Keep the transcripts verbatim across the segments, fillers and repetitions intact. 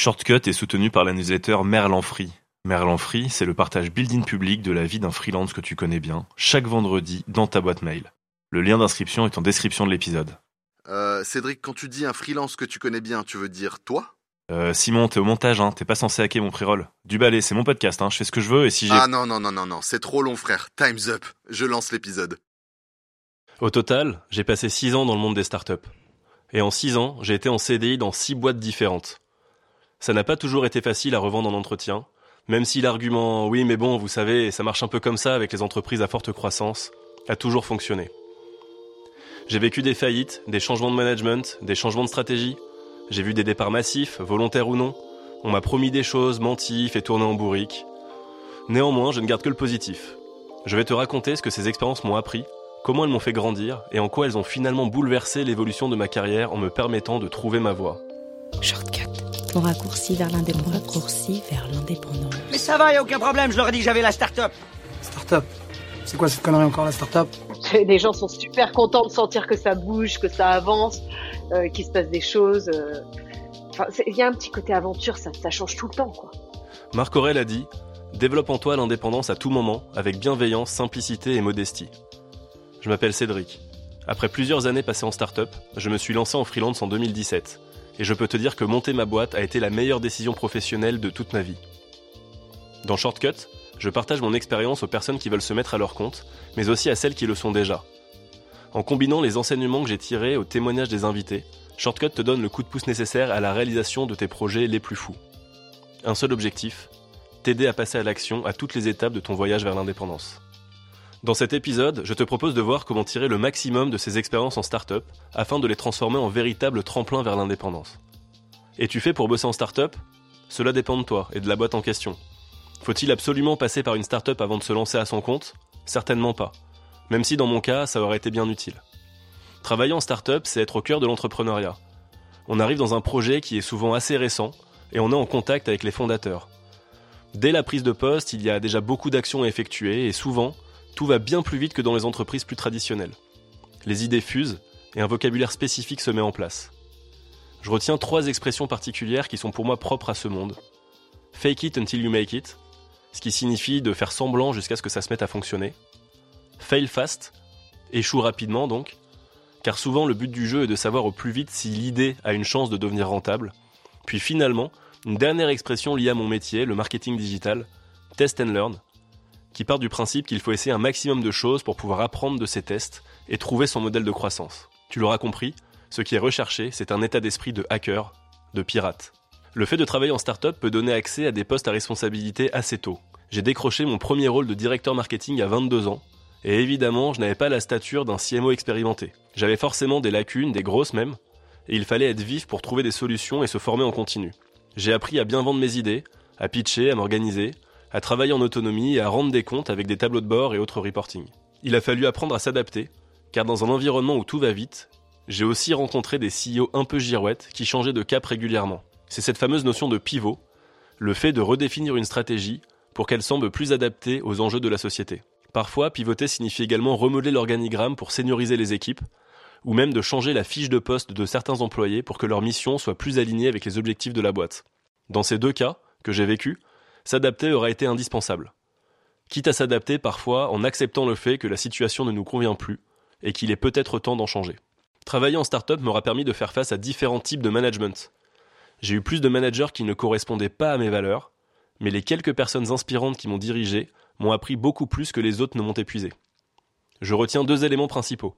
Shortcut est soutenu par la newsletter Merlan Free. Merlan Free, c'est le partage build-in public de la vie d'un freelance que tu connais bien, chaque vendredi dans ta boîte mail. Le lien d'inscription est en description de l'épisode. Euh, Cédric, quand tu dis un freelance que tu connais bien, tu veux dire toi ? Euh, Simon, t'es au montage, hein, t'es pas censé hacker mon pré-roll. Du balai, c'est mon podcast, hein, je fais ce que je veux et si j'ai... Ah non, non, non, non, non, c'est trop long frère, time's up, je lance l'épisode. Au total, j'ai passé six ans dans le monde des startups. Et en six ans, j'ai été en C D I dans six boîtes différentes. Ça n'a pas toujours été facile à revendre en entretien, même si l'argument « oui mais bon, vous savez, ça marche un peu comme ça avec les entreprises à forte croissance » a toujours fonctionné. J'ai vécu des faillites, des changements de management, des changements de stratégie. J'ai vu des départs massifs, volontaires ou non. On m'a promis des choses, menti, fait tourner en bourrique. Néanmoins, je ne garde que le positif. Je vais te raconter ce que ces expériences m'ont appris, comment elles m'ont fait grandir et en quoi elles ont finalement bouleversé l'évolution de ma carrière en me permettant de trouver ma voie. Shortcut, ton raccourci vers l'indépendance. Raccourci vers l'indépendance. Mais ça va, y a aucun problème, je leur ai dit que j'avais la start-up. Start-up ? C'est quoi cette connerie encore, la start-up ? Les gens sont super contents de sentir que ça bouge, que ça avance, euh, qu'il se passe des choses. Euh... Enfin, il y a un petit côté aventure, ça, ça change tout le temps, quoi. Marc Aurèle a dit « Développe en toi l'indépendance à tout moment, avec bienveillance, simplicité et modestie ». Je m'appelle Cédric. Après plusieurs années passées en start-up, je me suis lancé en freelance en deux mille dix-sept. Et je peux te dire que monter ma boîte a été la meilleure décision professionnelle de toute ma vie. Dans Shortcut, je partage mon expérience aux personnes qui veulent se mettre à leur compte, mais aussi à celles qui le sont déjà. En combinant les enseignements que j'ai tirés aux témoignages des invités, Shortcut te donne le coup de pouce nécessaire à la réalisation de tes projets les plus fous. Un seul objectif, t'aider à passer à l'action à toutes les étapes de ton voyage vers l'indépendance. Dans cet épisode, je te propose de voir comment tirer le maximum de ces expériences en start-up afin de les transformer en véritables tremplins vers l'indépendance. Es-tu fait pour bosser en start-up ? Cela dépend de toi et de la boîte en question. Faut-il absolument passer par une start-up avant de se lancer à son compte ? Certainement pas. Même si dans mon cas, ça aurait été bien utile. Travailler en start-up, c'est être au cœur de l'entrepreneuriat. On arrive dans un projet qui est souvent assez récent et on est en contact avec les fondateurs. Dès la prise de poste, il y a déjà beaucoup d'actions à effectuer et souvent, tout va bien plus vite que dans les entreprises plus traditionnelles. Les idées fusent et un vocabulaire spécifique se met en place. Je retiens trois expressions particulières qui sont pour moi propres à ce monde. Fake it until you make it, ce qui signifie de faire semblant jusqu'à ce que ça se mette à fonctionner. Fail fast, échoue rapidement donc, car souvent le but du jeu est de savoir au plus vite si l'idée a une chance de devenir rentable. Puis finalement, une dernière expression liée à mon métier, le marketing digital, test and learn, qui part du principe qu'il faut essayer un maximum de choses pour pouvoir apprendre de ces tests et trouver son modèle de croissance. Tu l'auras compris, ce qui est recherché, c'est un état d'esprit de hacker, de pirate. Le fait de travailler en start-up peut donner accès à des postes à responsabilité assez tôt. J'ai décroché mon premier rôle de directeur marketing à vingt-deux ans, et évidemment, je n'avais pas la stature d'un C M O expérimenté. J'avais forcément des lacunes, des grosses même, et il fallait être vif pour trouver des solutions et se former en continu. J'ai appris à bien vendre mes idées, à pitcher, à m'organiser, à travailler en autonomie et à rendre des comptes avec des tableaux de bord et autres reporting. Il a fallu apprendre à s'adapter, car dans un environnement où tout va vite, j'ai aussi rencontré des C E O un peu girouettes qui changeaient de cap régulièrement. C'est cette fameuse notion de pivot, le fait de redéfinir une stratégie pour qu'elle semble plus adaptée aux enjeux de la société. Parfois, pivoter signifie également remodeler l'organigramme pour senioriser les équipes, ou même de changer la fiche de poste de certains employés pour que leur mission soit plus alignée avec les objectifs de la boîte. Dans ces deux cas, que j'ai vécu, s'adapter aura été indispensable. Quitte à s'adapter parfois en acceptant le fait que la situation ne nous convient plus et qu'il est peut-être temps d'en changer. Travailler en start-up m'aura permis de faire face à différents types de management. J'ai eu plus de managers qui ne correspondaient pas à mes valeurs, mais les quelques personnes inspirantes qui m'ont dirigé m'ont appris beaucoup plus que les autres ne m'ont épuisé. Je retiens deux éléments principaux.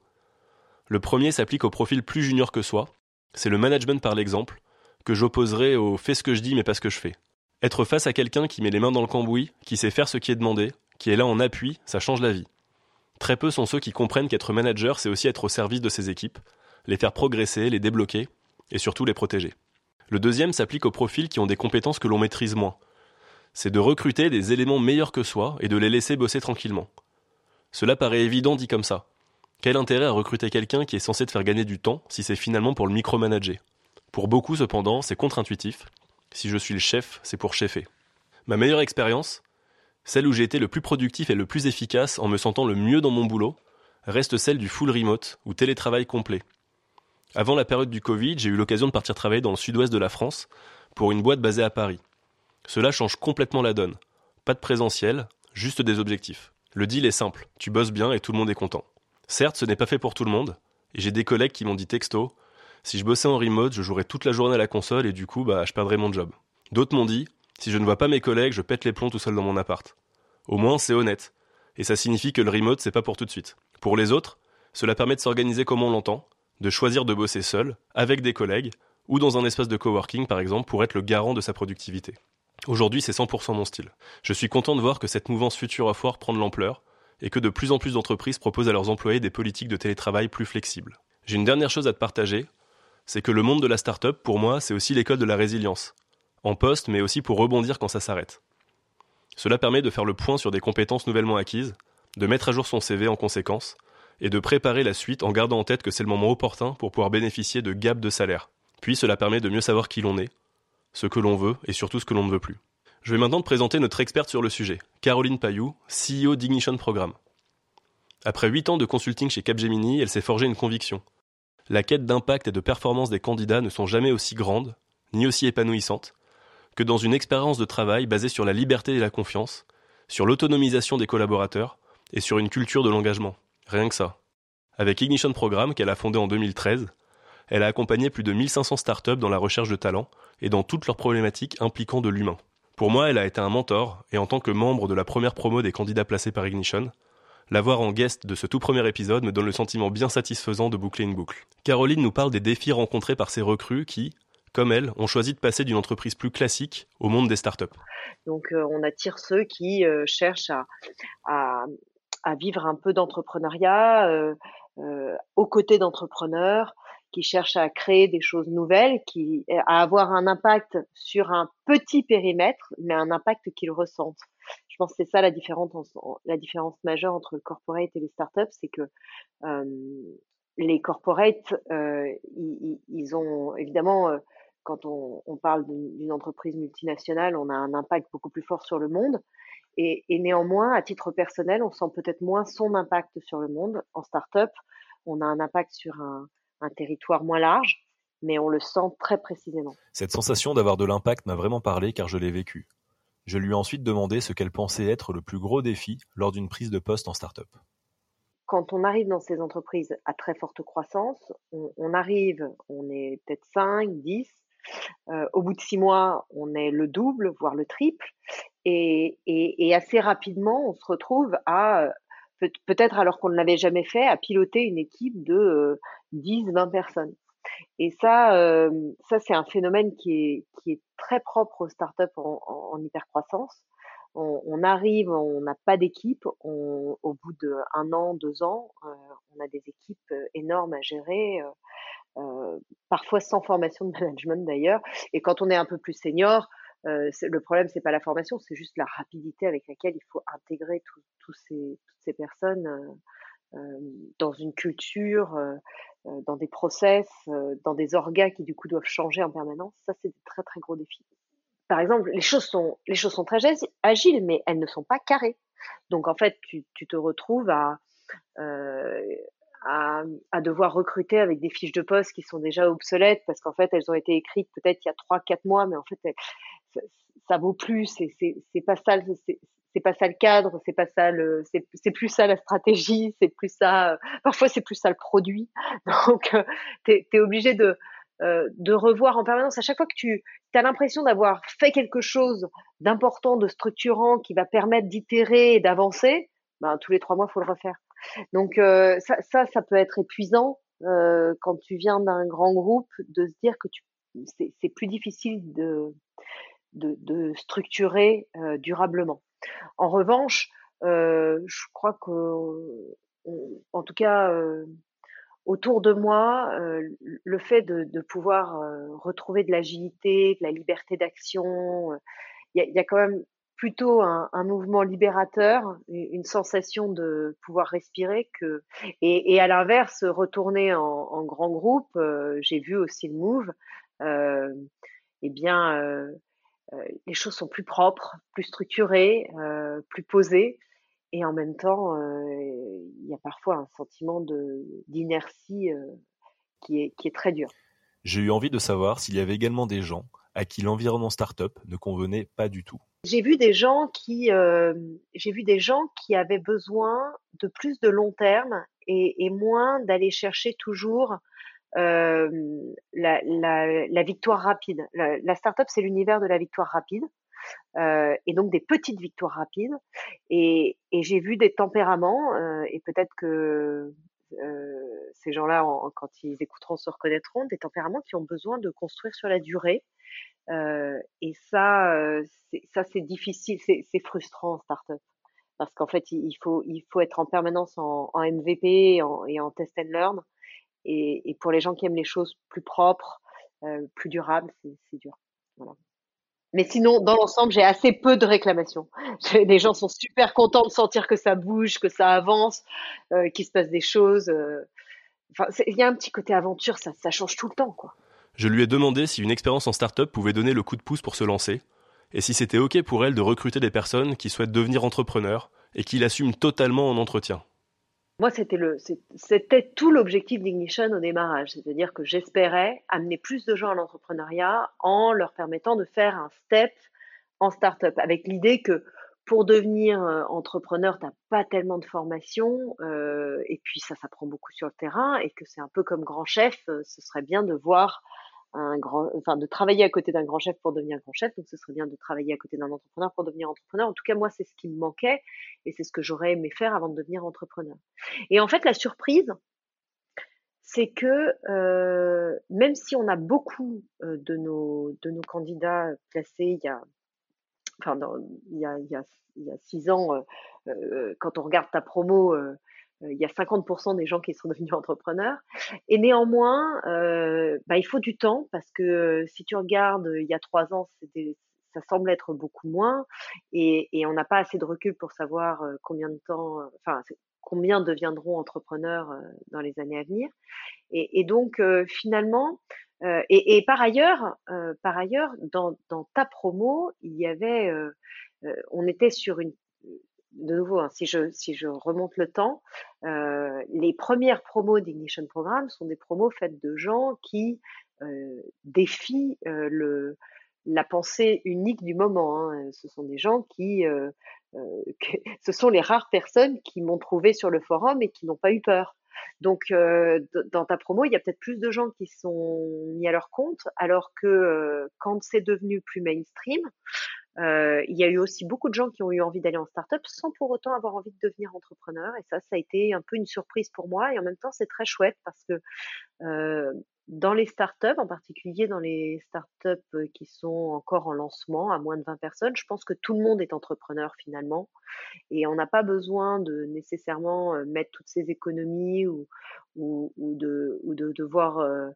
Le premier s'applique au profil plus junior que soi, c'est le management par l'exemple, que j'opposerai au « fais ce que je dis mais pas ce que je fais ». Être face à quelqu'un qui met les mains dans le cambouis, qui sait faire ce qui est demandé, qui est là en appui, ça change la vie. Très peu sont ceux qui comprennent qu'être manager, c'est aussi être au service de ses équipes, les faire progresser, les débloquer, et surtout les protéger. Le deuxième s'applique aux profils qui ont des compétences que l'on maîtrise moins. C'est de recruter des éléments meilleurs que soi et de les laisser bosser tranquillement. Cela paraît évident dit comme ça. Quel intérêt à recruter quelqu'un qui est censé te faire gagner du temps si c'est finalement pour le micromanager ? Pour beaucoup cependant, c'est contre-intuitif. Si je suis le chef, c'est pour cheffer. Ma meilleure expérience, celle où j'ai été le plus productif et le plus efficace en me sentant le mieux dans mon boulot, reste celle du full remote ou télétravail complet. Avant la période du Covid, j'ai eu l'occasion de partir travailler dans le sud-ouest de la France pour une boîte basée à Paris. Cela change complètement la donne. Pas de présentiel, juste des objectifs. Le deal est simple, tu bosses bien et tout le monde est content. Certes, ce n'est pas fait pour tout le monde, et j'ai des collègues qui m'ont dit texto, si je bossais en remote, je jouerais toute la journée à la console et du coup, bah, je perdrais mon job. D'autres m'ont dit, si je ne vois pas mes collègues, je pète les plombs tout seul dans mon appart. Au moins, c'est honnête. Et ça signifie que le remote, c'est pas pour tout de suite. Pour les autres, cela permet de s'organiser comme on l'entend, de choisir de bosser seul, avec des collègues, ou dans un espace de coworking par exemple, pour être le garant de sa productivité. Aujourd'hui, c'est cent pour cent mon style. Je suis content de voir que cette mouvance Future of Work prend de l'ampleur, et que de plus en plus d'entreprises proposent à leurs employés des politiques de télétravail plus flexibles. J'ai une dernière chose à te partager, c'est que le monde de la start-up, pour moi, c'est aussi l'école de la résilience. En poste, mais aussi pour rebondir quand ça s'arrête. Cela permet de faire le point sur des compétences nouvellement acquises, de mettre à jour son C V en conséquence, et de préparer la suite en gardant en tête que c'est le moment opportun pour pouvoir bénéficier de gaps de salaire. Puis cela permet de mieux savoir qui l'on est, ce que l'on veut et surtout ce que l'on ne veut plus. Je vais maintenant te présenter notre experte sur le sujet, Caroline Payou, C E O d'Ignition Programme. Après huit ans de consulting chez Capgemini, elle s'est forgée une conviction. La quête d'impact et de performance des candidats ne sont jamais aussi grandes, ni aussi épanouissantes, que dans une expérience de travail basée sur la liberté et la confiance, sur l'autonomisation des collaborateurs et sur une culture de l'engagement. Rien que ça. Avec Ignition Programme, qu'elle a fondé en deux mille treize, elle a accompagné plus de mille cinq cents startups dans la recherche de talents et dans toutes leurs problématiques impliquant de l'humain. Pour moi, elle a été un mentor, et en tant que membre de la première promo des candidats placés par Ignition, l'avoir en guest de ce tout premier épisode me donne le sentiment bien satisfaisant de boucler une boucle. Caroline nous parle des défis rencontrés par ces recrues qui, comme elle, ont choisi de passer d'une entreprise plus classique au monde des startups. Donc euh, on attire ceux qui euh, cherchent à, à, à vivre un peu d'entrepreneuriat, euh, euh, aux côtés d'entrepreneurs, qui cherchent à créer des choses nouvelles, qui, à avoir un impact sur un petit périmètre, mais un impact qu'ils ressentent. Je pense que c'est ça la différence, la différence majeure entre le corporate et les startups, c'est que euh, les corporates, euh, ils, ils ont évidemment, euh, quand on, on parle d'une entreprise multinationale, on a un impact beaucoup plus fort sur le monde. Et, et néanmoins, à titre personnel, on sent peut-être moins son impact sur le monde. En start-up, on a un impact sur un, un territoire moins large, mais on le sent très précisément. Cette sensation d'avoir de l'impact m'a vraiment parlé car je l'ai vécu. Je lui ai ensuite demandé ce qu'elle pensait être le plus gros défi lors d'une prise de poste en start-up. Quand on arrive dans ces entreprises à très forte croissance, on, on arrive, on est peut-être cinq, dix, euh, au bout de six mois, on est le double, voire le triple, et, et, et assez rapidement, on se retrouve à, peut- peut-être alors qu'on ne l'avait jamais fait, à piloter une équipe de euh, dix, vingt personnes. Et ça, euh, ça c'est un phénomène qui est, qui est très propre aux startups en, en, en hypercroissance. On, on arrive, on n'a pas d'équipe, on, au bout d'un an, deux ans, euh, on a des équipes énormes à gérer, euh, euh, parfois sans formation de management d'ailleurs. Et quand on est un peu plus senior, euh, c'est, le problème c'est pas la formation, c'est juste la rapidité avec laquelle il faut intégrer tout, tout ces, toutes ces personnes euh, euh, dans une culture, euh, euh, dans des process, euh, dans des orgas qui du coup doivent changer en permanence. Ça c'est des très très gros défis. Par exemple, les choses sont les choses sont très agiles, mais elles ne sont pas carrées. Donc en fait, tu, tu te retrouves à, euh, à à devoir recruter avec des fiches de poste qui sont déjà obsolètes parce qu'en fait elles ont été écrites peut-être il y a trois quatre mois, mais en fait elles, ça, ça vaut plus. C'est c'est c'est pas ça. C'est, c'est pas ça le cadre. C'est pas ça le. C'est c'est plus ça la stratégie. C'est plus ça. Parfois c'est plus ça le produit. Donc euh, t'es t'es obligé de euh, de revoir en permanence. À chaque fois que tu as l'impression d'avoir fait quelque chose d'important, de structurant, qui va permettre d'itérer et d'avancer, ben, tous les trois mois, il faut le refaire. Donc euh, ça, ça, ça peut être épuisant euh, quand tu viens d'un grand groupe, de se dire que tu, c'est, c'est plus difficile de, de, de structurer euh, durablement. En revanche, euh, je crois que, on, en tout cas, euh, autour de moi, euh, le fait de, de pouvoir euh, retrouver de l'agilité, de la liberté d'action, il euh, y, a, y a quand même plutôt un, un mouvement libérateur, une sensation de pouvoir respirer que et, et à l'inverse, retourner en, en grand groupe, euh, j'ai vu aussi le move, euh, eh bien euh, euh, les choses sont plus propres, plus structurées, euh, plus posées. Et en même temps, euh, il y a parfois un sentiment de, d'inertie euh, qui est, qui est très dur. J'ai eu envie de savoir s'il y avait également des gens à qui l'environnement start-up ne convenait pas du tout. J'ai vu des gens qui, euh, j'ai vu des gens qui avaient besoin de plus de long terme et, et moins d'aller chercher toujours euh, la, la, la victoire rapide. La, la start-up, c'est l'univers de la victoire rapide. Euh, et donc des petites victoires rapides. Et, et j'ai vu des tempéraments, euh, et peut-être que euh, ces gens-là, en, quand ils écouteront, se reconnaîtront, des tempéraments qui ont besoin de construire sur la durée. Euh, et ça, euh, c'est, ça c'est difficile, c'est, c'est frustrant en startup. Parce qu'en fait, il il faut, il faut être en permanence en, en M V P et en, et en test and learn. Et, et pour les gens qui aiment les choses plus propres, euh, plus durables, c'est, c'est dur. Voilà. Mais sinon, dans l'ensemble, j'ai assez peu de réclamations. J'ai- Les gens sont super contents de sentir que ça bouge, que ça avance, euh, qu'il se passe des choses. euh. Enfin, c'est- il y a un petit côté aventure, ça, ça change tout le temps, quoi. Je lui ai demandé si une expérience en start-up pouvait donner le coup de pouce pour se lancer, et si c'était ok pour elle de recruter des personnes qui souhaitent devenir entrepreneurs et qui l'assument totalement en entretien. Moi, c'était le, c'est- c'était tout l'objectif d'Ignition au démarrage. C'est-à-dire que j'espérais amener plus de gens à l'entrepreneuriat en leur permettant de faire un step en start-up, avec l'idée que pour devenir euh, entrepreneur, t'as pas tellement de formation, euh, et puis ça, ça prend beaucoup sur le terrain, et que c'est un peu comme grand chef, euh, ce serait bien de voir un grand, enfin, de travailler à côté d'un grand chef pour devenir grand chef, donc ce serait bien de travailler à côté d'un entrepreneur pour devenir entrepreneur. En tout cas, moi, c'est ce qui me manquait, et c'est ce que j'aurais aimé faire avant de devenir entrepreneur. Et en fait, la surprise, c'est que euh, même si on a beaucoup euh, de nos de nos candidats placés il y a enfin dans, il y a il y a il y a six ans, euh, euh, quand on regarde ta promo, euh, euh, il y a cinquante pour cent des gens qui sont devenus entrepreneurs. Et néanmoins, euh, bah, il faut du temps parce que euh, si tu regardes euh, il y a trois ans, c'était ça semble être beaucoup moins, et, et on n'a pas assez de recul pour savoir euh, combien de temps, euh, enfin c'est- combien deviendront entrepreneurs euh, dans les années à venir. Et, et donc euh, finalement, euh, et, et par ailleurs, euh, par ailleurs, dans, dans ta promo, il y avait, euh, euh, on était sur une, de nouveau, hein, si je si je remonte le temps, euh, les premières promos d'Ignition Programme sont des promos faites de gens qui euh, défient euh, le la pensée unique du moment. Hein. Ce sont des gens qui, euh, euh, que- ce sont les rares personnes qui m'ont trouvé sur le forum et qui n'ont pas eu peur. Donc, euh, d- dans ta promo, il y a peut-être plus de gens qui sont mis à leur compte, alors que euh, quand c'est devenu plus mainstream, euh, il y a eu aussi beaucoup de gens qui ont eu envie d'aller en start-up sans pour autant avoir envie de devenir entrepreneur. Et ça, ça a été un peu une surprise pour moi. Et en même temps, c'est très chouette parce que euh, dans les startups, en particulier dans les startups euh, qui sont encore en lancement, à moins de vingt personnes, je pense que tout le monde est entrepreneur finalement. Et on n'a pas besoin de nécessairement euh, mettre toutes ses économies ou, ou, ou de, ou de devoir euh,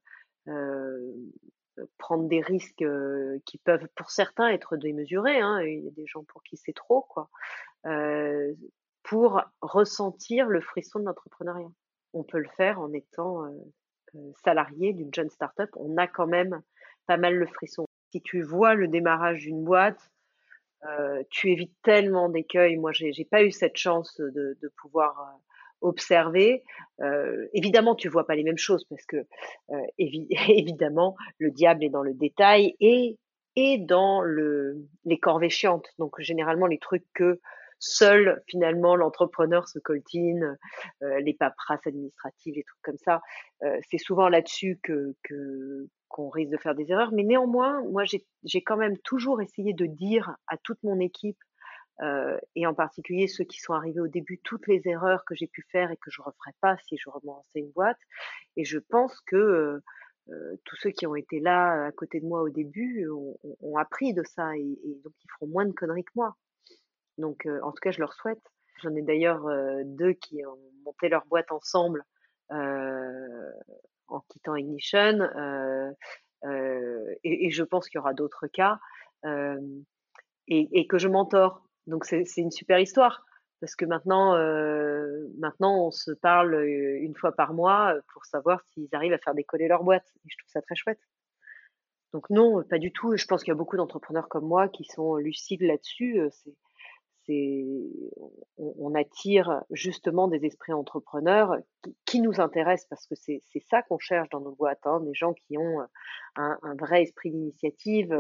euh, prendre des risques euh, qui peuvent pour certains être démesurés. Hein. Il y a des gens pour qui c'est trop, quoi. Euh, pour ressentir le frisson de l'entrepreneuriat. On peut le faire en étant euh, euh, salarié d'une jeune start-up. On a quand même pas mal le frisson. Si tu vois le démarrage d'une boîte, euh, tu évites tellement d'écueils. Moi, j'ai, j'ai pas eu cette chance de, de pouvoir euh, observer. Euh, évidemment, tu vois pas les mêmes choses parce que euh, évi- évidemment, le diable est dans le détail et et dans le les corvées chiantes. Donc généralement les trucs que seul finalement l'entrepreneur se coltine, euh, les paperasses administratives, les trucs comme ça. Euh, c'est souvent là-dessus que que qu'on risque de faire des erreurs. Mais néanmoins, moi, j'ai, j'ai quand même toujours essayé de dire à toute mon équipe, euh, et en particulier ceux qui sont arrivés au début, toutes les erreurs que j'ai pu faire et que je ne referai pas si je relançais une boîte. Et je pense que euh, euh, tous ceux qui ont été là à côté de moi au début ont, ont- ont appris de ça et, et donc ils feront moins de conneries que moi. Donc, euh, en tout cas, je leur souhaite. J'en ai d'ailleurs euh, deux qui ont monté leur boîte ensemble euh, en quittant Ignition, euh, euh, et, et je pense qu'il y aura d'autres cas, euh, et, et que je mentore. Donc c'est c'est une super histoire parce que maintenant, euh, maintenant on se parle euh, une fois par mois pour savoir s'ils arrivent à faire décoller leur boîte. Et je trouve ça très chouette. Donc non, pas du tout. Je pense qu'il y a beaucoup d'entrepreneurs comme moi qui sont lucides là-dessus. Euh, C'est c'est, on, on attire justement des esprits entrepreneurs qui, qui nous intéressent parce que c'est, c'est ça qu'on cherche dans nos boîtes, hein, des gens qui ont un, un vrai esprit d'initiative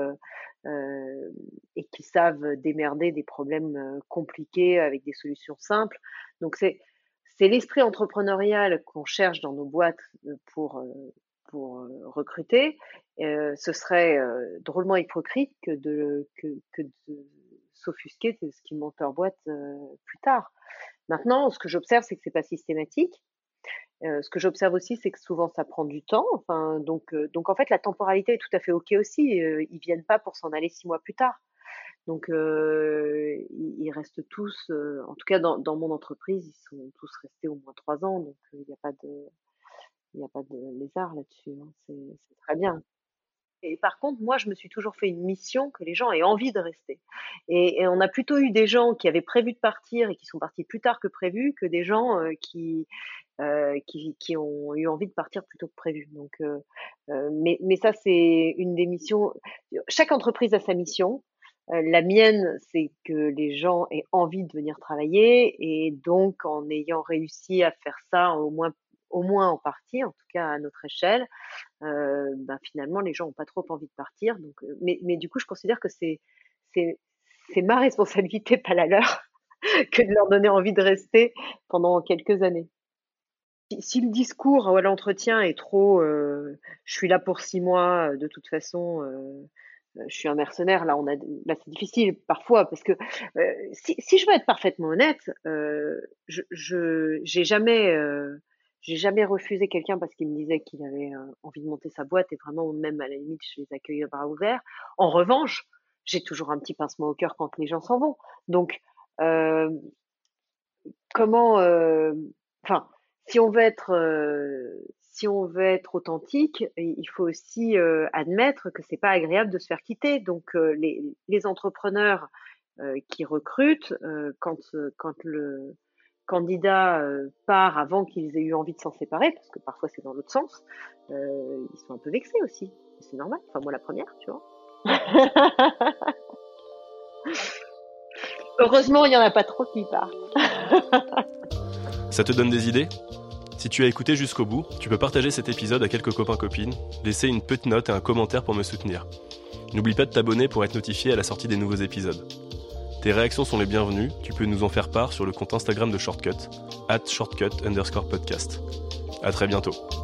euh, et qui savent démerder des problèmes compliqués avec des solutions simples. Donc c'est, c'est l'esprit entrepreneurial qu'on cherche dans nos boîtes pour pour recruter. Euh, ce serait euh, drôlement hypocrite que de que, que de s'offusquer de ce qu'ils montent leur boîte euh, plus tard. Maintenant, ce que j'observe, c'est que c'est pas systématique. Euh, ce que j'observe aussi, c'est que souvent ça prend du temps. Enfin, donc, euh, donc en fait, la temporalité est tout à fait ok aussi. Euh, ils viennent pas pour s'en aller six mois plus tard. Donc, euh, ils, ils restent tous, euh, en tout cas dans, dans mon entreprise, ils sont tous restés au moins trois ans. Donc, il n'y a pas de, il n'y a pas de lézard là-dessus. Hein. C'est, c'est très bien. Et par contre, moi, je me suis toujours fait une mission que les gens aient envie de rester. Et, et on a plutôt eu des gens qui avaient prévu de partir et qui sont partis plus tard que prévu, que des gens euh, qui, euh, qui qui ont eu envie de partir plus tôt que prévu. Donc, euh, euh, mais mais ça, c'est une des missions. Chaque entreprise a sa mission. Euh, la mienne, c'est que les gens aient envie de venir travailler, et donc en ayant réussi à faire ça, au moins au moins en partie, en tout cas à notre échelle, euh, ben finalement les gens ont pas trop envie de partir. Donc, euh, mais, mais du coup, je considère que c'est c'est c'est ma responsabilité, pas la leur, que de leur donner envie de rester pendant quelques années. Si, si le discours à l'entretien est trop, euh, je suis là pour six mois, de toute façon. Euh, je suis un mercenaire, là, on a, là c'est difficile parfois parce que euh, si, si je veux être parfaitement honnête, euh, je, je j'ai jamais euh, j'ai jamais refusé quelqu'un parce qu'il me disait qu'il avait euh, envie de monter sa boîte, et vraiment même à la limite je les accueille à bras ouverts. En revanche, j'ai toujours un petit pincement au cœur quand les gens s'en vont. Donc euh, comment, euh, enfin, si on veut être euh, si on veut être authentique, il faut aussi euh, admettre que c'est pas agréable de se faire quitter. Donc euh, les, les entrepreneurs euh, qui recrutent, euh, quand quand le candidat euh, part avant qu'ils aient eu envie de s'en séparer, parce que parfois c'est dans l'autre sens, euh, ils sont un peu vexés aussi. C'est normal. Enfin moi la première, tu vois. Heureusement, il y en a pas trop qui partent. Ça te donne des idées ? Si tu as écouté jusqu'au bout, tu peux partager cet épisode à quelques copains-copines, laisser une petite note et un commentaire pour me soutenir. N'oublie pas de t'abonner pour être notifié à la sortie des nouveaux épisodes. Tes réactions sont les bienvenues, tu peux nous en faire part sur le compte Instagram de Shortcut, at shortcut underscore podcast. À très bientôt.